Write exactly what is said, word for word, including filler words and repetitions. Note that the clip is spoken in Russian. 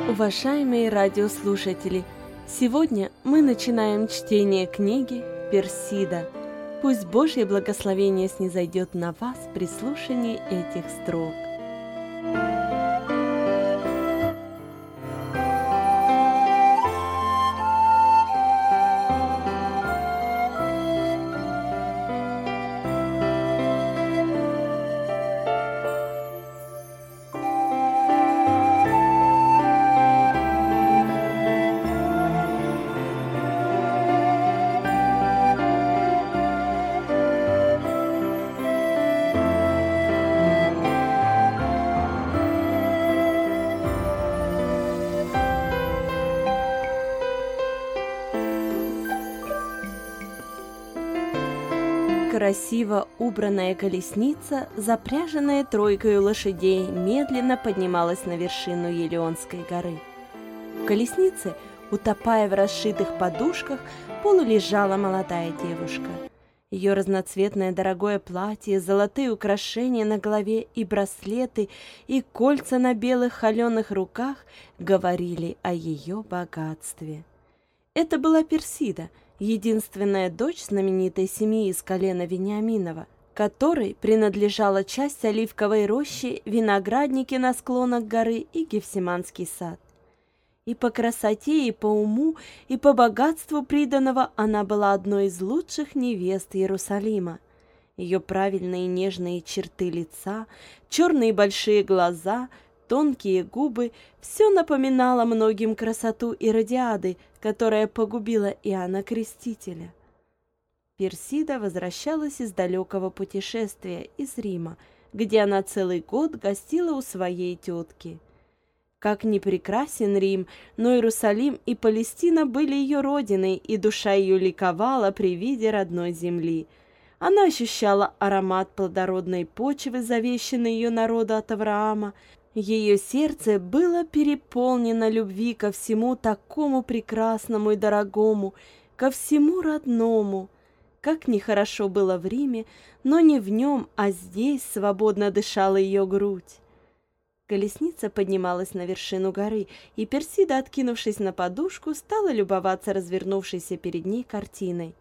Уважаемые радиослушатели, сегодня мы начинаем чтение книги «Персида». Пусть Божье благословение снизойдет на вас при слушании этих строк. Красиво убранная колесница, запряженная тройкой лошадей, медленно поднималась на вершину Елеонской горы. В колеснице, утопая в расшитых подушках, полулежала молодая девушка. Ее разноцветное дорогое платье, золотые украшения на голове и браслеты, и кольца на белых холеных руках говорили о ее богатстве. Это была Персида, единственная дочь знаменитой семьи из колена Вениаминова, которой принадлежала часть оливковой рощи, виноградники на склонах горы и Гефсиманский сад. И по красоте, и по уму, и по богатству приданого она была одной из лучших невест Иерусалима. Ее правильные нежные черты лица, черные большие глаза, тонкие губы – все напоминало многим красоту Иродиады, которая погубила Иоанна Крестителя. Персида возвращалась из далекого путешествия из Рима, где она целый год гостила у своей тетки. Как ни прекрасен Рим, но Иерусалим и Палестина были ее родиной, и душа ее ликовала при виде родной земли. Она ощущала аромат плодородной почвы, завещанной ее народу от Авраама. Ее сердце было переполнено любви ко всему такому прекрасному и дорогому, ко всему родному. Как нехорошо было в Риме, но не в нем, а здесь свободно дышала ее грудь. Колесница поднималась на вершину горы, и Персида, откинувшись на подушку, стала любоваться развернувшейся перед ней картиной.